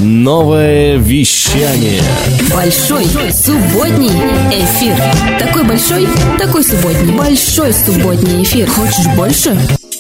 Новое вещание. Большой субботний эфир. Такой большой, такой субботний. Большой субботний эфир. Хочешь больше?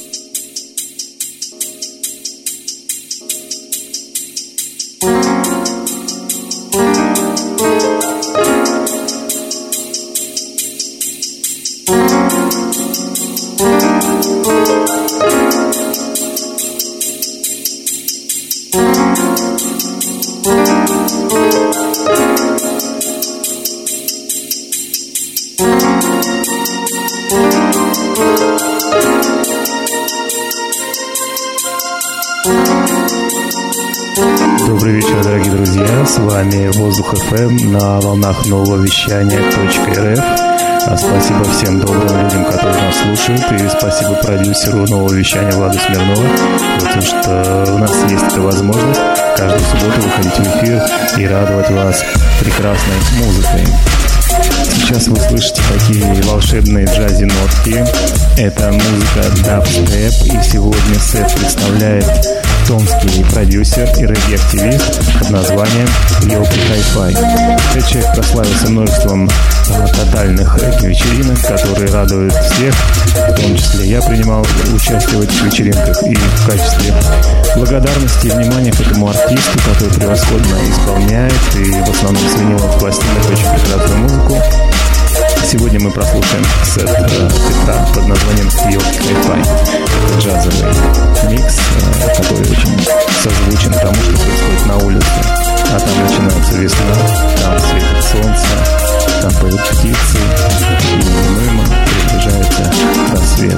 Добрый вечер, дорогие друзья, с вами Воздух ФМ на волнах нового вещания .рф. Спасибо всем добрым людям, которые нас слушают, и спасибо продюсеру нового вещания Владу Смирнову, потому что у нас есть эта возможность каждую субботу выходить в эфир и радовать вас прекрасной музыкой. Сейчас вы слышите такие волшебные джази-нотки. Это музыка дабстеп, и сегодня сет представляет томский продюсер и регги-активист под названием Йоки Hi-Fi. Этот человек прославился множеством тотальных регги-вечеринок, которые радуют всех, в том числе я принимал участие в этих вечеринках, и в качестве благодарности и внимания к этому артисту, который превосходно исполняет и в основном с виниловых пластинок очень прекрасную музыку, сегодня мы прослушаем сет Петра под названием Йоки Hi-Fi. Это джазовый микс, который очень созвучен тому, что происходит на улице. А там начинается весна, там светит солнце, там поют птицы, и неминуемо приближается рассвет.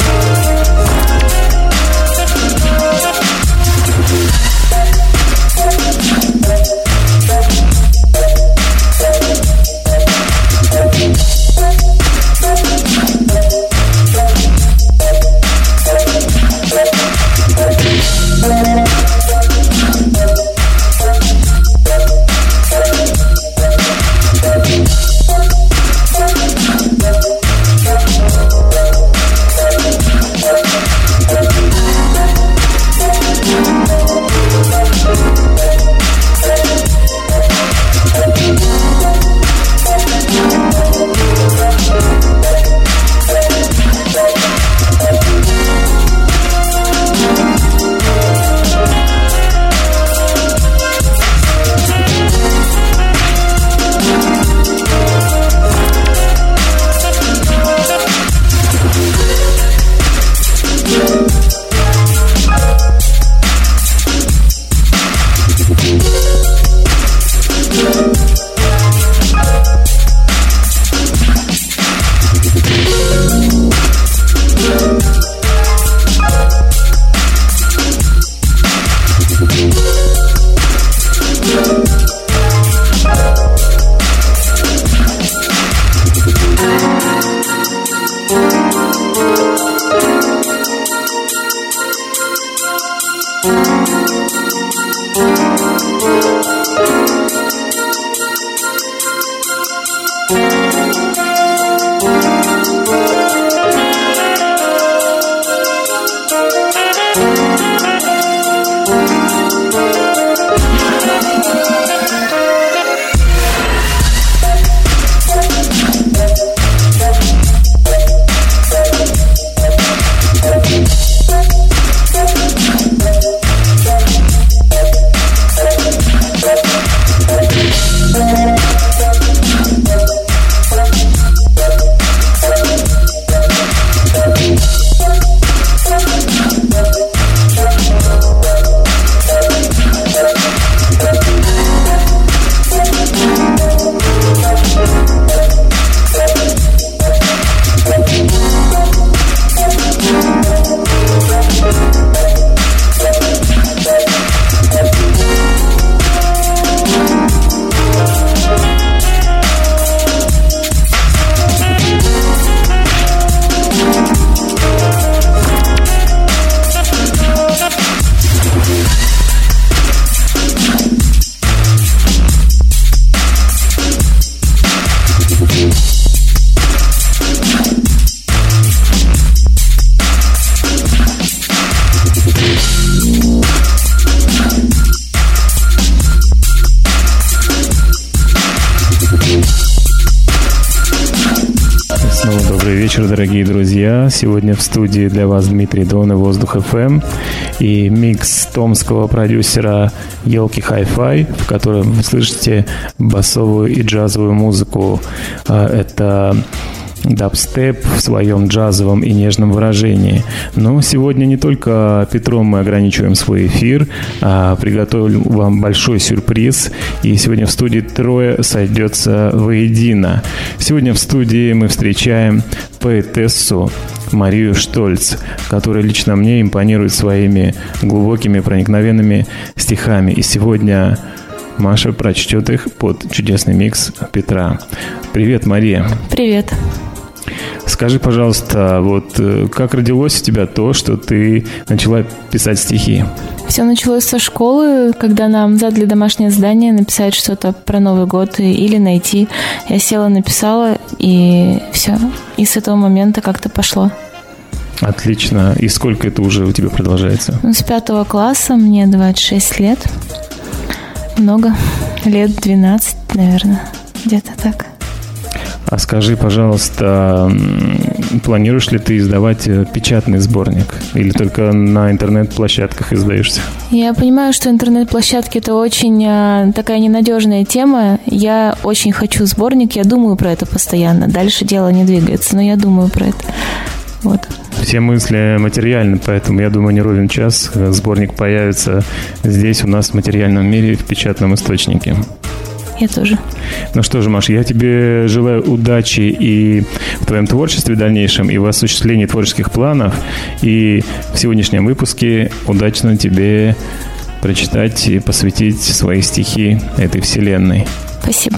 вечер, дорогие друзья. Сегодня в студии для вас Дмитрий Дон и Воздух ФМ и микс томского продюсера Елки Hi-Fi, в котором вы слышите басовую и джазовую музыку. Это дабстеп в своем джазовом и нежном выражении. Но сегодня не только Петром мы ограничиваем свой эфир, а приготовили вам большой сюрприз. И сегодня в студии трое сойдется воедино. Сегодня в студии мы встречаем поэтессу Марию Штольц, которая лично мне импонирует своими глубокими, проникновенными стихами. И сегодня Маша прочтет их под чудесный микс Петра. Привет, Мария. Привет. Скажи, пожалуйста, вот как родилось у тебя то, что ты начала писать стихи? Все началось со школы, когда нам задали домашнее задание написать что-то про Новый год или найти. Я села, написала, и все. И с этого момента как-то пошло. Отлично. И сколько это уже у тебя продолжается? С 5 класса, мне 26 лет. Много. Лет 12, наверное. Где-то так. А скажи, пожалуйста, планируешь ли ты издавать печатный сборник? Или только на интернет-площадках издаешься? Я понимаю, что интернет-площадки – это очень такая ненадежная тема. Я очень хочу сборник, я думаю про это постоянно. Дальше дело не двигается, но я думаю про это. Вот. Все мысли материальны, поэтому, я думаю, не ровен час сборник появится здесь у нас в материальном мире, в печатном источнике. Я тоже. Ну что же, Маш, я тебе желаю удачи и в твоем творчестве дальнейшем, и в осуществлении творческих планов. И в сегодняшнем выпуске удачно тебе прочитать и посвятить свои стихи этой вселенной. Спасибо.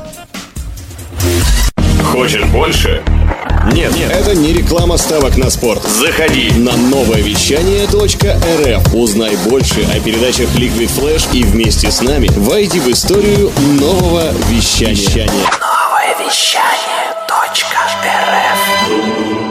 Хочешь больше? Нет, это не реклама ставок на спорт. Заходи на нововещание.рф. Узнай больше о передачах Liquid Flash и вместе с нами войди в историю нового вещания. нововещание.рф.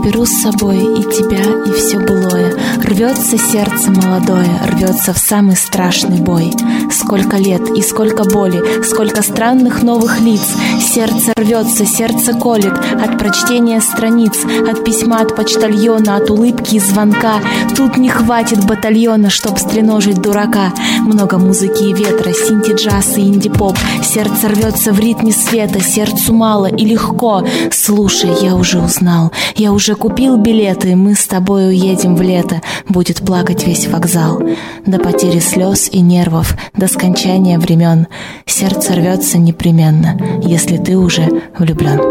заберу с собой и тебя, и все былое. Рвется сердце молодое, рвется в самый страшный бой. Сколько лет и сколько боли, сколько странных новых лиц. Сердце рвется, сердце колет от прочтения страниц, от письма от почтальона, от улыбки и звонка. Тут не хватит батальона, чтоб стреножить дурака. Много музыки и ветра, синти-джаз и инди-поп. Сердце рвется в ритме света, сердцу мало и легко. Слушай, я уже узнал, я уже купил билеты, мы с тобой уедем в лето. Будет плакать весь вокзал до потери слез и нервов, до скончания времен. Сердце рвется непременно, если ты уже влюблен.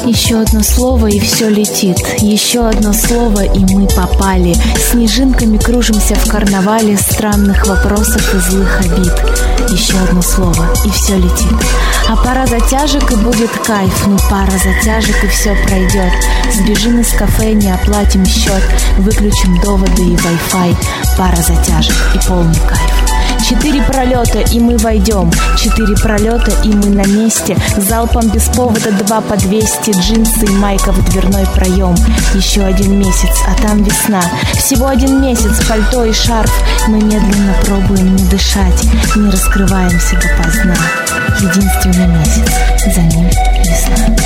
Еще одно слово, и все летит. Еще одно слово, и мы попали. Снежинками кружимся в карнавале странных вопросов и злых обид. Еще одно слово, и все летит. А пара затяжек, и будет кайф. Ну, пара затяжек, и все пройдет. Сбежим из кафе, не оплатим счет. Выключим доводы и Wi-Fi. Пара затяжек и полный кайф. 4 пролета, и мы войдем. 4 пролета, и мы на месте. Залпом без повода 2 по 200. Джинсы и майка в дверной проем. Еще 1 месяц, а там весна. Всего 1 месяц, пальто и шарф. Мы медленно пробуем не дышать. Не раскрываемся допоздна. Единственный месяц, за ним весна.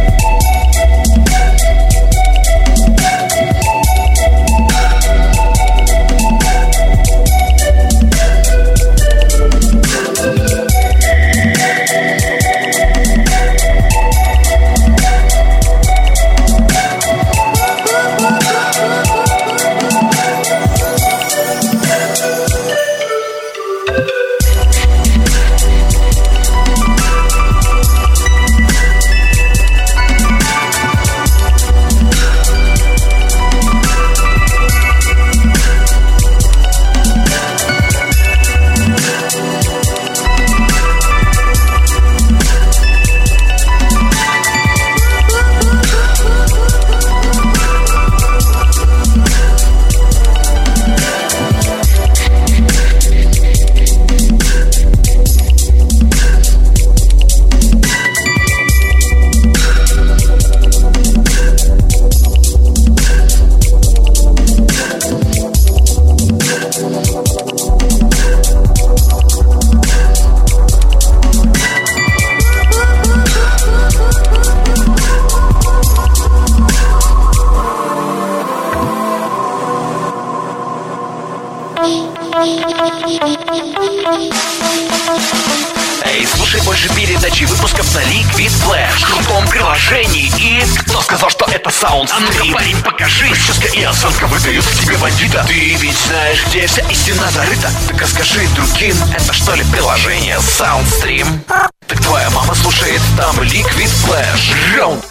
Эй, слушай больше передачи выпусков на Liquid Flash, крутом приложении. И кто сказал, что это SoundStream? А ну-ка, парень, покажи. Прическа и осанка выдают в тебе бандита. Ты ведь знаешь, где вся истина зарыта. Так расскажи другим, это что ли приложение SoundStream? Так твоя мама слушает там Liquid Flash. Раунд.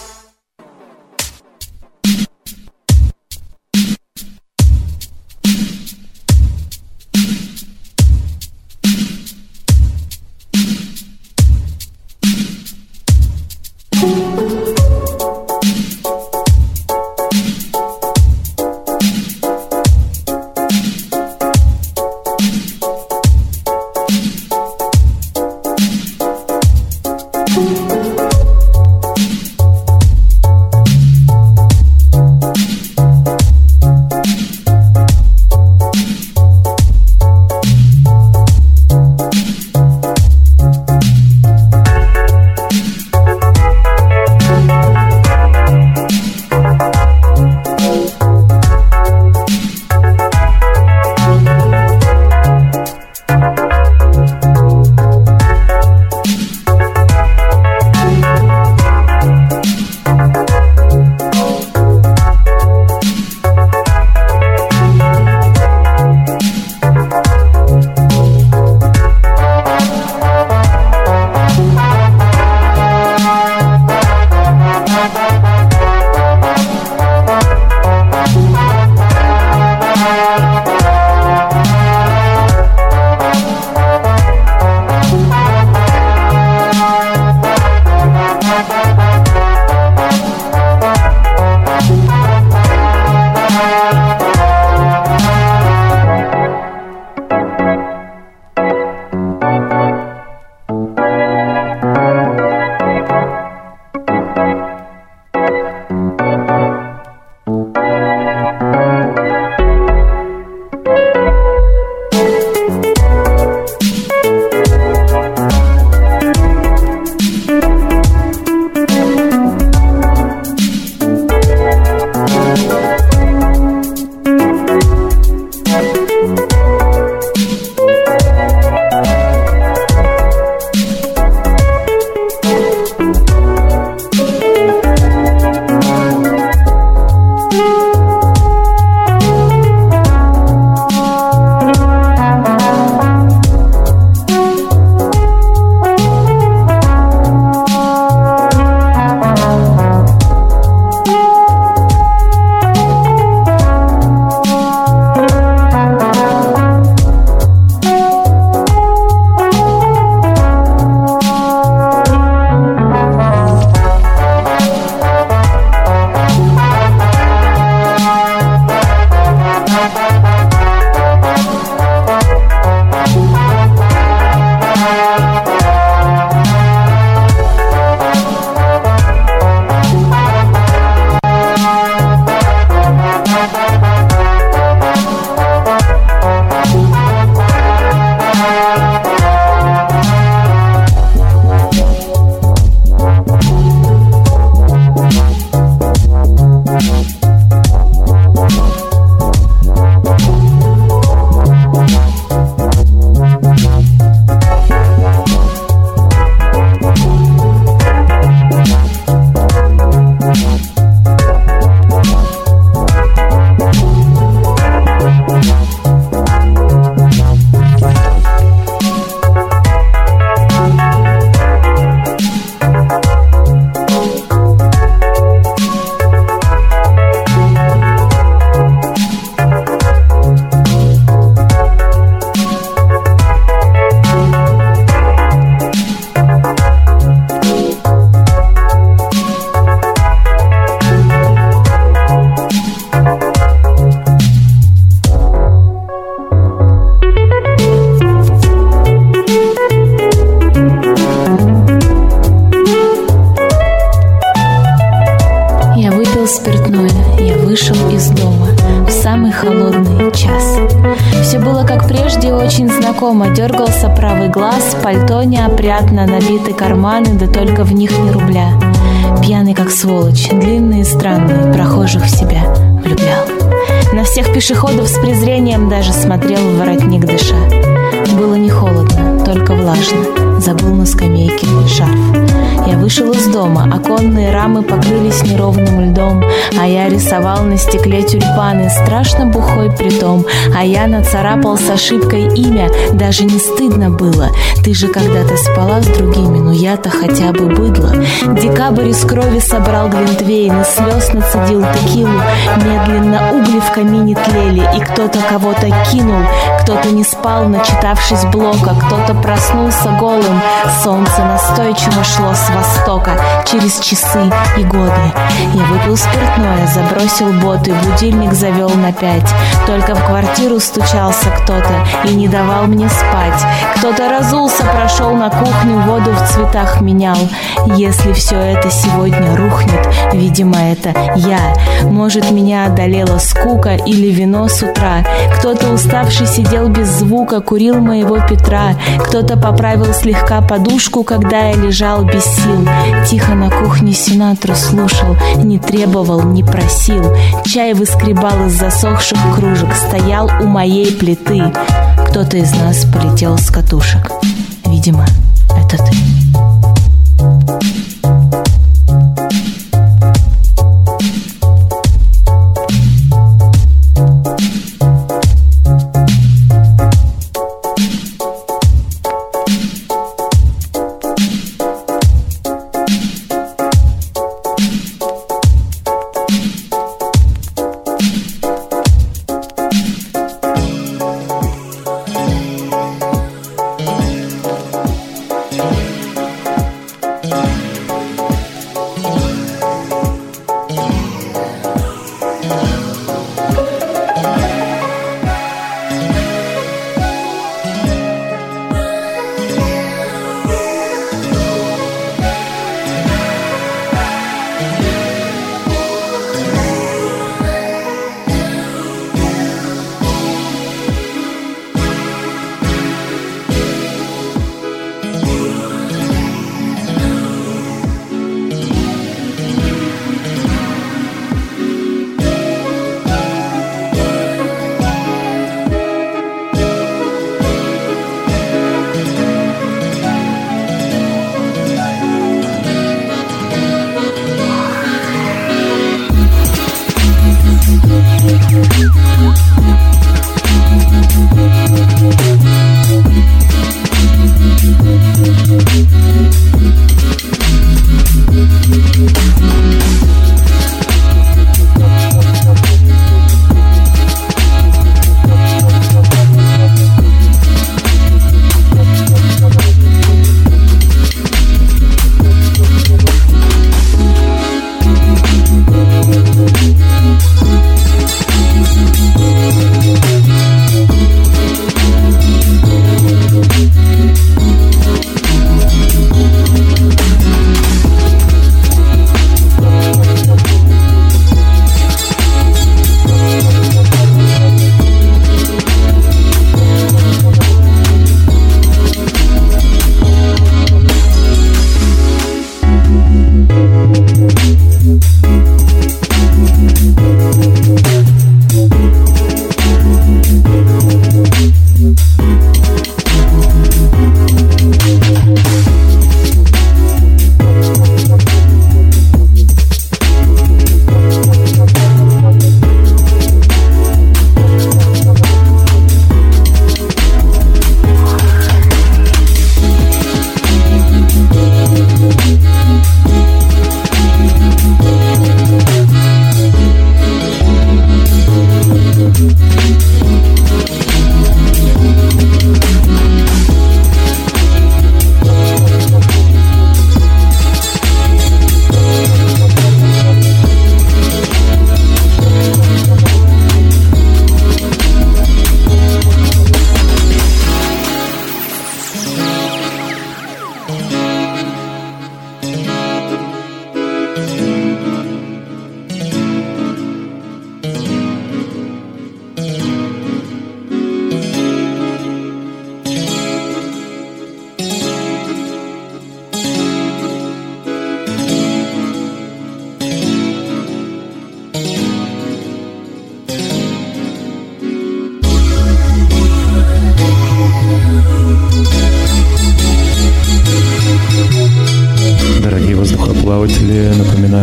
спиртное, я вышел из дома в самый холодный час. Все было как прежде, очень знакомо. Дергался правый глаз, пальто неопрятно, набиты карманы, да только в них ни рубля. Пьяный как сволочь, длинный и странный, прохожих в себя влюблял. На всех пешеходов с презрением даже смотрел в воротник, дыша. Было не холодно, только влажно. Забыл на скамейке шарф. Я вышел из дома, оконные рамы покрылись неровным льдом, а я рисовал на стекле тюльпаны, страшно бухой притом, а я нацарапал с ошибкой имя, даже не стыдно было. Ты же когда-то спала с другими, но я-то хотя бы быдло. Декабрь из крови собрал глинтвейн, из слез нацедил текилу, медленно угли в камине тлели, и кто-то кого-то кинул, кто-то не спал, начитавшись блока, кто-то проснулся голым, солнце настойчиво шло с востока через часы и годы. Я выпил спиртное, забросил боты, будильник завел на 5. Только в квартиру стучался кто-то и не давал мне спать. Кто-то разулся, прошел на кухню, воду в цветах менял. Если все это сегодня рухнет, видимо, это я. Может, меня одолела скука или вино с утра. Кто-то уставший сидел без звука, курил моего Петра. Кто-то поправил слегка подушку, когда я лежал без сил. Тихо на кухне Синатру слушал, не требовал, не просил. Чай выскребал из засохших кружек, стоял у моей плиты. Кто-то из нас полетел с катушек. Видимо, это ты.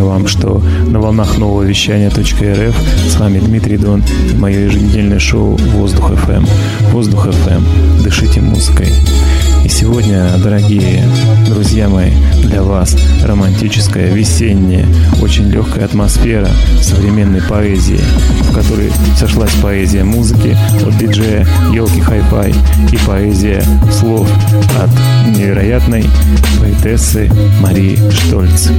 вам, что на волнах нового вещания .рф с вами Дмитрий Дон и мое еженедельное шоу «Воздух ФМ». «Воздух ФМ». Дышите музыкой. И сегодня, дорогие друзья мои, для вас романтическая, весенняя, очень легкая атмосфера современной поэзии, в которой сошлась поэзия музыки от диджея Елки Хай-Фай и поэзия слов от невероятной поэтессы Марии Штольц.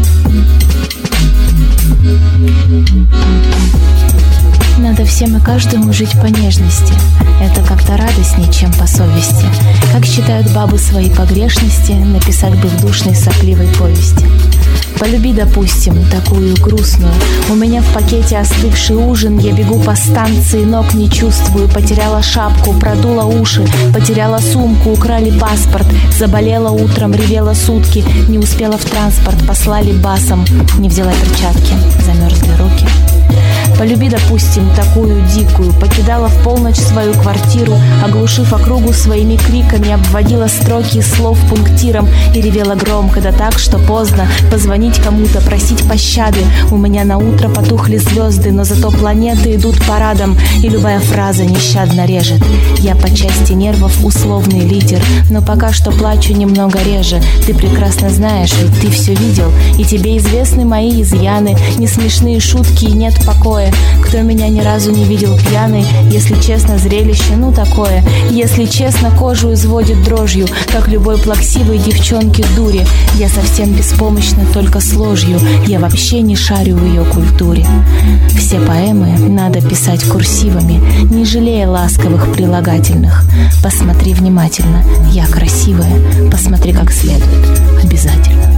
Надо всем и каждому жить по нежности. Это как-то радостнее, чем по совести. Как считают бабы свои погрешности, написать бы в душной сопливой повести. Полюби, допустим, такую грустную. У меня в пакете остывший ужин. Я бегу по станции, ног не чувствую. Потеряла шапку, продула уши. Потеряла сумку, украли паспорт. Заболела утром, ревела сутки. Не успела в транспорт, послали басом. Не взяла перчатки, замерзли руки. Полюби, допустим, такую дикую. Покидала в полночь свою квартиру, оглушив округу своими криками, обводила строки слов пунктиром и ревела громко, да так, что поздно позвонить кому-то, просить пощады. У меня на утро потухли звезды, но зато планеты идут парадом, и любая фраза нещадно режет. Я по части нервов условный лидер, но пока что плачу немного реже. Ты прекрасно знаешь, ведь ты все видел, и тебе известны мои изъяны, не смешные шутки и нет покоя. Кто меня ни разу не видел пьяной, если честно, зрелище, ну такое. Если честно, кожу изводит дрожью, как любой плаксивой девчонки дури. Я совсем беспомощна только с ложью, я вообще не шарю в ее культуре. Все поэмы надо писать курсивами, не жалея ласковых прилагательных. Посмотри внимательно, я красивая, посмотри как следует, обязательно.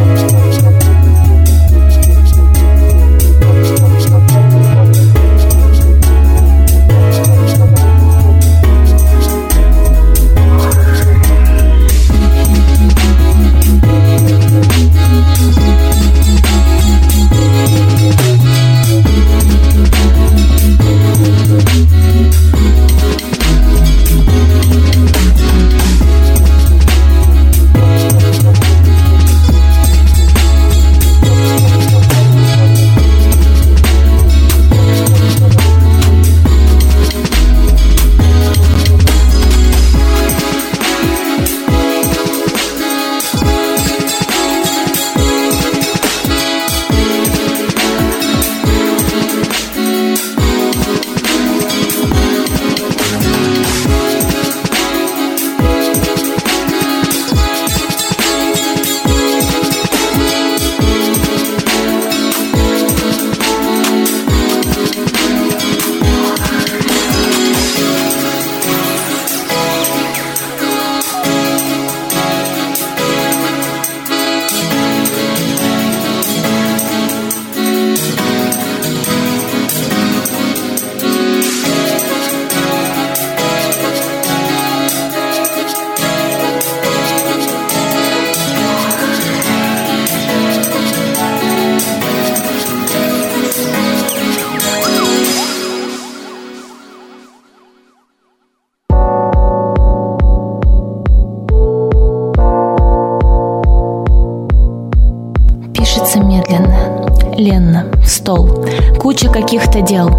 Ленно, в стол, куча каких-то дел.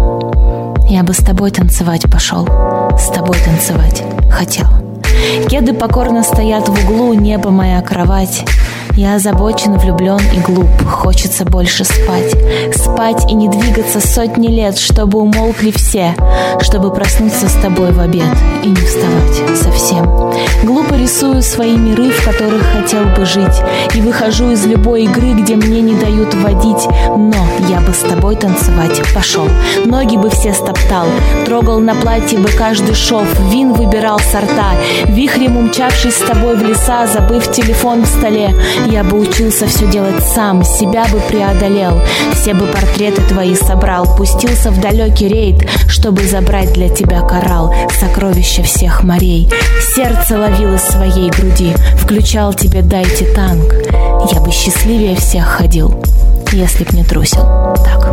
Я бы с тобой танцевать пошел, с тобой танцевать хотел. Кеды покорно стоят в углу, небо моя кровать. Я озабочен, влюблен и глуп, хочется больше спать. Спать и не двигаться сотни лет, чтобы умолкли все, чтобы проснуться с тобой в обед и не вставать совсем. Глупо рисую свои миры, в которых хотел бы жить, и выхожу из любой игры, где мне не дают водить. Но я бы с тобой танцевать пошел, ноги бы все стоптал, трогал на платье бы каждый шов, вин выбирал сорта, вихрем умчавшись с тобой в леса, забыв телефон в столе. Я бы учился все делать сам, себя бы преодолел, все бы портреты твои собрал, пустился в далекий рейд, чтобы забрать для тебя коралл, сокровища всех морей. Сердце ловил из своей груди, включал тебе «Дайте танк». Я бы счастливее всех ходил, если б не трусил так.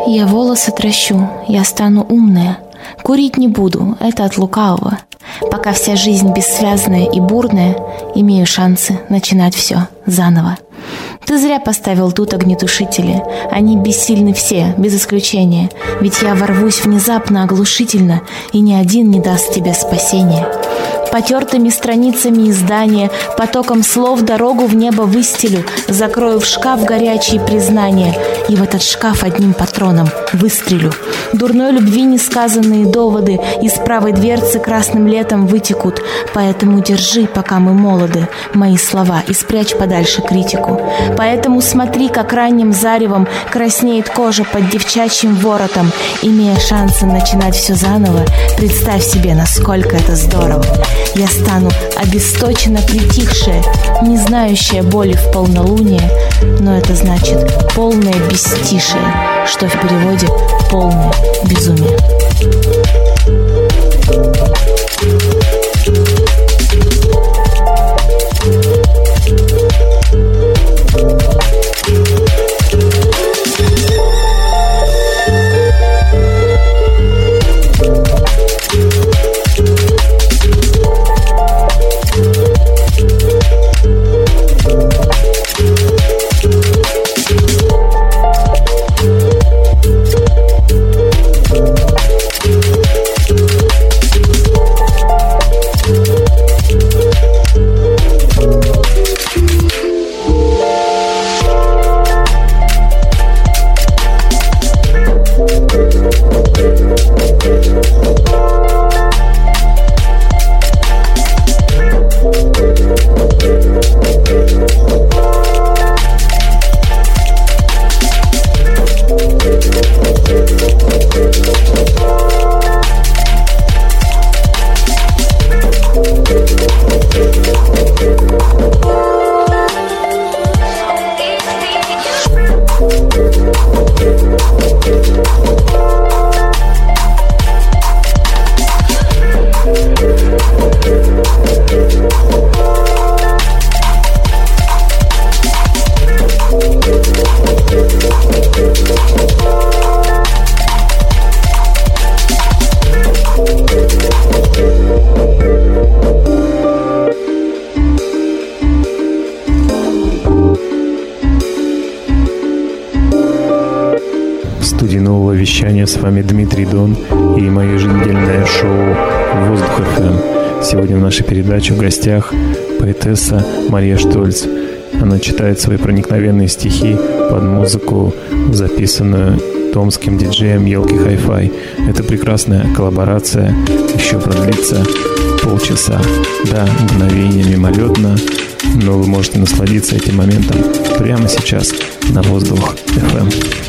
Я волосы тращу, я стану умная. Курить не буду, это от лукавого. Пока вся жизнь бессвязная и бурная, имею шансы начинать все заново. Ты зря поставил тут огнетушители. Они бессильны все, без исключения. Ведь я ворвусь внезапно, оглушительно, и ни один не даст тебе спасения. Потертыми страницами издания, потоком слов дорогу в небо выстелю, закрою в шкаф горячие признания, и в этот шкаф одним патроном выстрелю. Дурной любви несказанные доводы из правой дверцы красным летом вытекут, поэтому держи, пока мы молоды, мои слова, и спрячь подальше критику. Поэтому смотри, как ранним заревом краснеет кожа под девчачьим воротом. Имея шансы начинать все заново, представь себе, насколько это здорово. Я стану обесточенно притихшая, не знающая боли в полнолуние, но это значит полное бестишие, что в переводе полное безумие. С вами Дмитрий Дон и мое еженедельное шоу «Воздух ФМ». Сегодня в нашей передаче в гостях поэтесса Мария Штольц. Она читает свои проникновенные стихи под музыку, записанную томским диджеем Елки Хай-Фай. Это прекрасная коллаборация еще продлится полчаса. Да, мгновение мимолетно, но вы можете насладиться этим моментом прямо сейчас на «Воздух ФМ».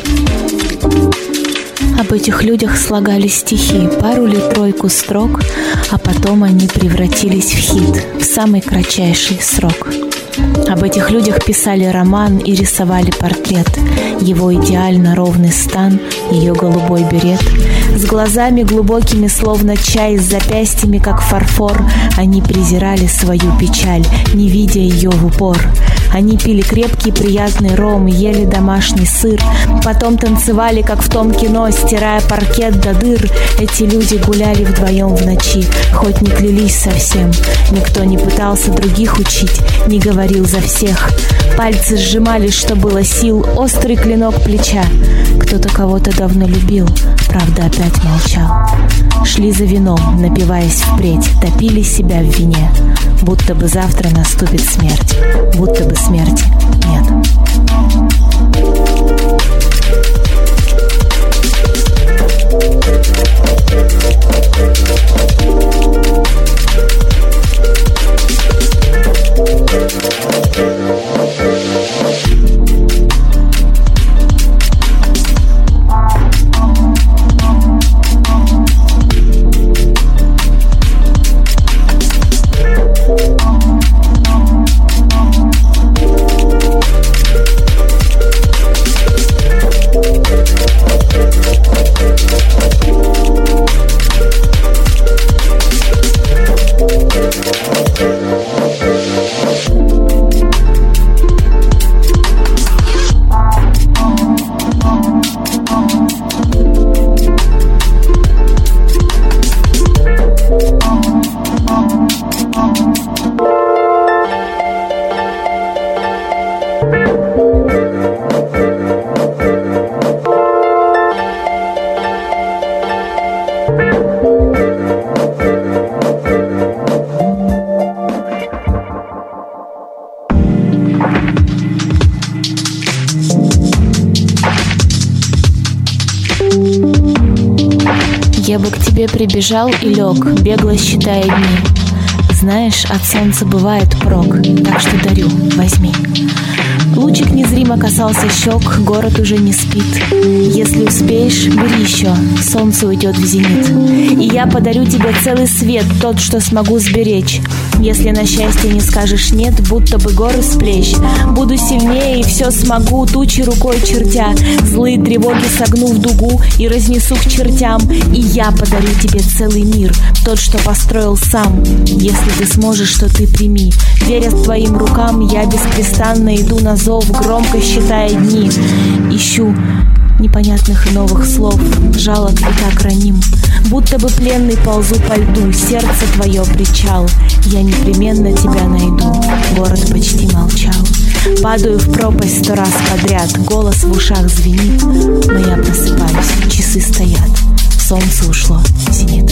Об этих людях слагали стихи, пару или тройку строк, а потом они превратились в хит в самый кратчайший срок. Об этих людях писали роман и рисовали портрет, его идеально ровный стан, ее голубой берет. С глазами глубокими, словно чай, с запястьями, как фарфор, они презирали свою печаль, не видя ее в упор. Они пили крепкий приятный ром, ели домашний сыр, потом танцевали, как в том кино, стирая паркет до дыр. Эти люди гуляли вдвоем в ночи, хоть не клялись совсем. Никто не пытался других учить, не говорил за всех. Пальцы сжимали, что было сил, острый клинок плеча. Кто-то кого-то давно любил, правда опять молчал. Шли за вином, напиваясь впредь, топили себя в вине. Будто бы завтра наступит смерть, будто бы смерти нет. Я бы к тебе прибежал и лег, бегло считая дни. Знаешь, от солнца бывает прок, так что дарю, возьми. Лучик незримо касался щек, город уже не спит. Если успеешь, бери еще, солнце уйдет в зенит. И я подарю тебе целый свет, тот, что смогу сберечь. Если на счастье не скажешь нет, будто бы горы с плеч. Буду сильнее и все смогу, тучи рукой чертя. Злые тревоги согну в дугу и разнесу к чертям. И я подарю тебе целый мир, тот, что построил сам. Если ты сможешь, то ты прими. Веря твоим рукам, я беспрестанно иду на зов, громко считая дни. Ищу непонятных и новых слов, жалок и так раним. Будто бы пленный ползу по льду, сердце твое причал. Я непременно тебя найду, город почти молчал. Падаю в пропасть 100 раз подряд, голос в ушах звенит. Но я просыпаюсь, часы стоят, солнце ушло в зенит.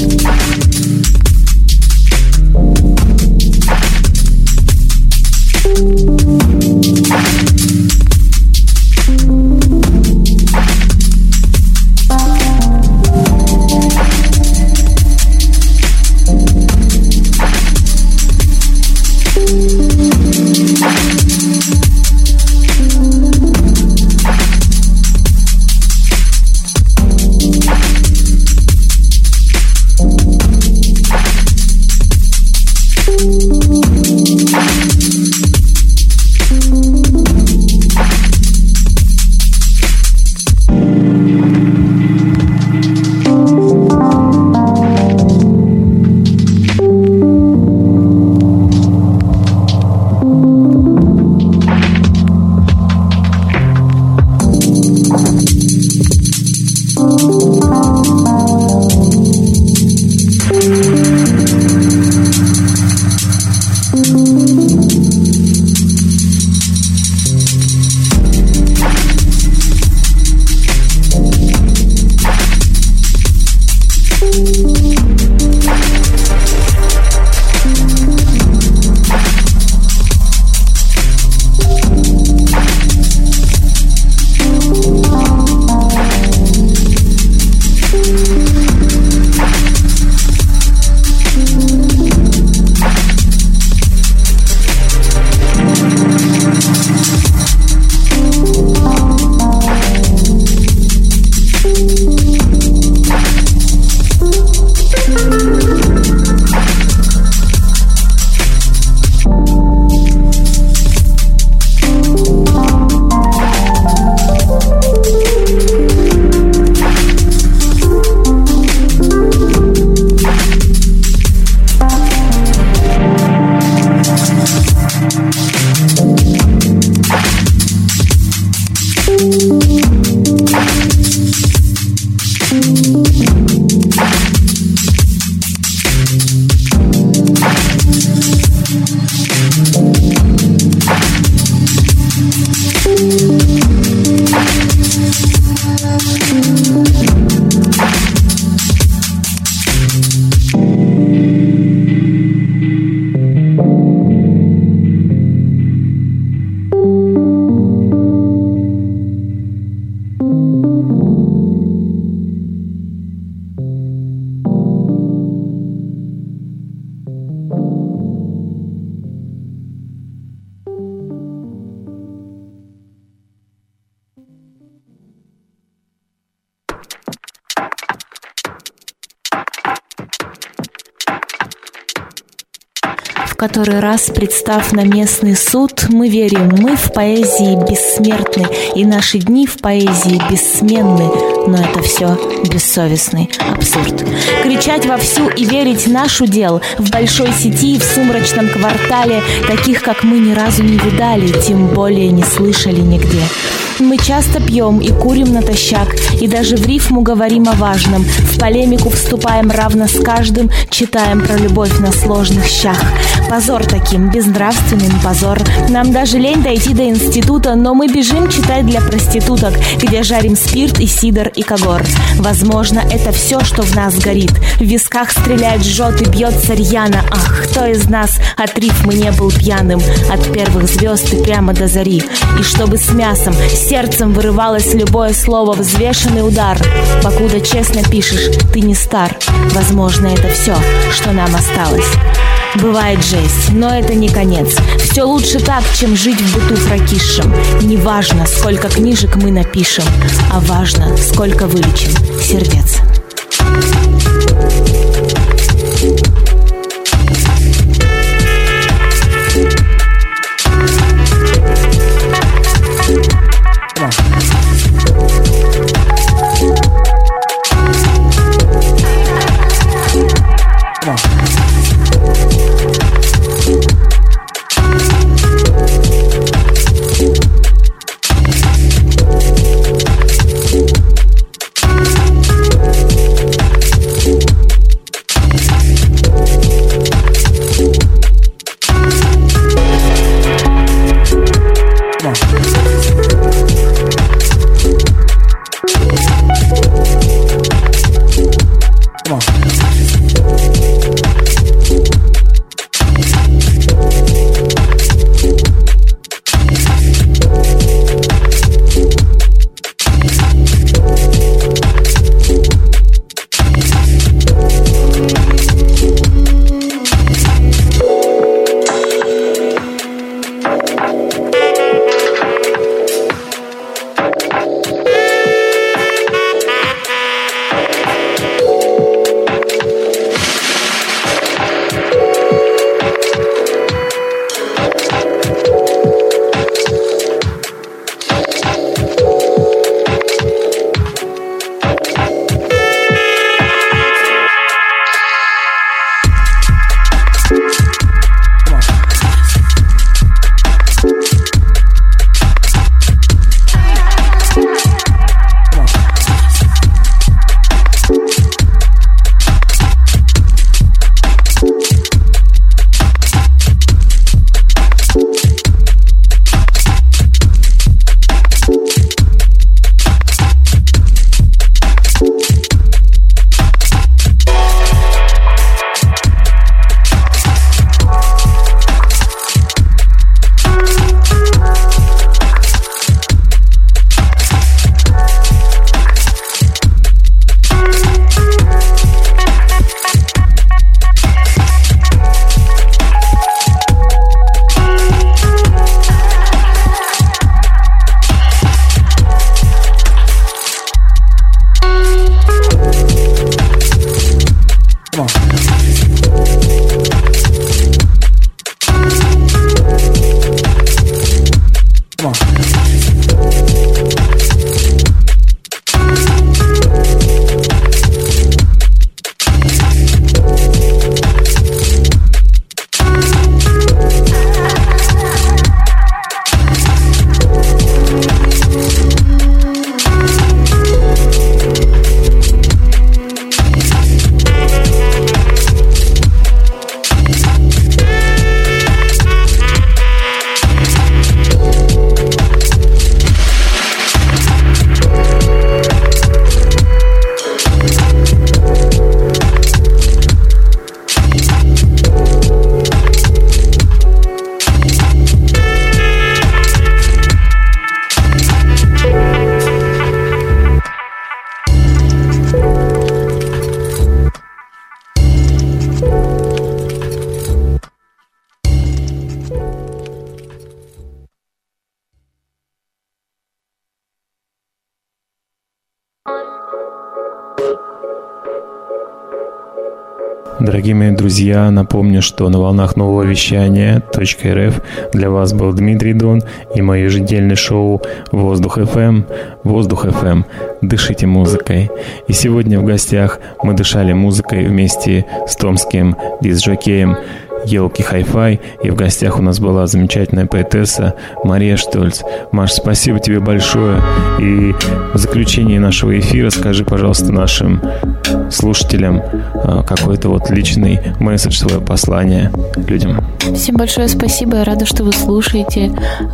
Который раз, представ на местный суд, мы верим, мы в поэзии бессмертны, и наши дни в поэзии бессменны. Но это все бессовестный абсурд. Кричать вовсю и верить наш удел. В большой сети, в сумрачном квартале таких, как мы, ни разу не видали, тем более не слышали нигде. Мы часто пьем и курим натощак, и даже в рифму говорим о важном. В полемику вступаем равно с каждым, читаем про любовь на сложных щах. Позор таким, безнравственным позор. Нам даже лень дойти до института, но мы бежим читать для проституток, где жарим спирт и сидр и когор. Возможно, это все, что в нас горит. В висках стреляет, жжет и бьется рьяно. Ах, кто из нас от рифмы не был пьяным? От первых звезд и прямо до зари. И чтобы с мясом, с Сердцем вырывалось любое слово, взвешенный удар. Покуда честно пишешь, ты не стар. Возможно, это все, что нам осталось. Бывает жесть, но это не конец. Все лучше так, чем жить в быту прокисшем. Не важно, сколько книжек мы напишем, а важно, сколько вылечим сердец. Дорогие мои друзья, напомню, что на волнах нового вещания .рф для вас был Дмитрий Дон и мое еженедельное шоу «Воздух ФМ». «Воздух ФМ». Дышите музыкой. И сегодня в гостях мы дышали музыкой вместе с томским диск-жокеем Елки Хай-Фай, и в гостях у нас была замечательная поэтесса Мария Штольц. Маш, спасибо тебе большое. И в заключении нашего эфира скажи, пожалуйста, нашим слушателям какой-то вот личный месседж, свое послание людям. Всем большое спасибо. Я рада, что вы слушаете,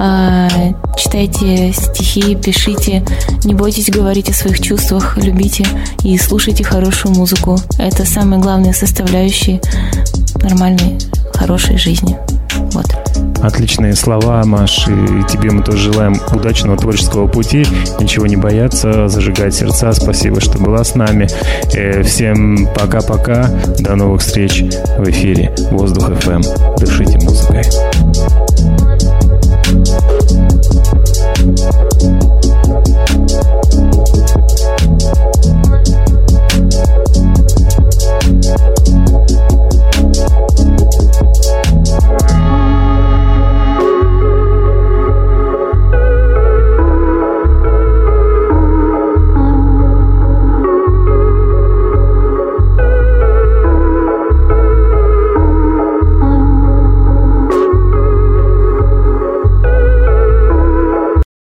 читайте стихи, пишите, не бойтесь говорить о своих чувствах, любите и слушайте хорошую музыку. Это самые главные составляющие нормальной, хорошей жизни. Вот. Отличные слова, Маш, и тебе мы тоже желаем удачного творческого пути, ничего не бояться, зажигать сердца. Спасибо, что была с нами. Всем пока-пока, до новых встреч в эфире Воздух FM. Дышите музыкой.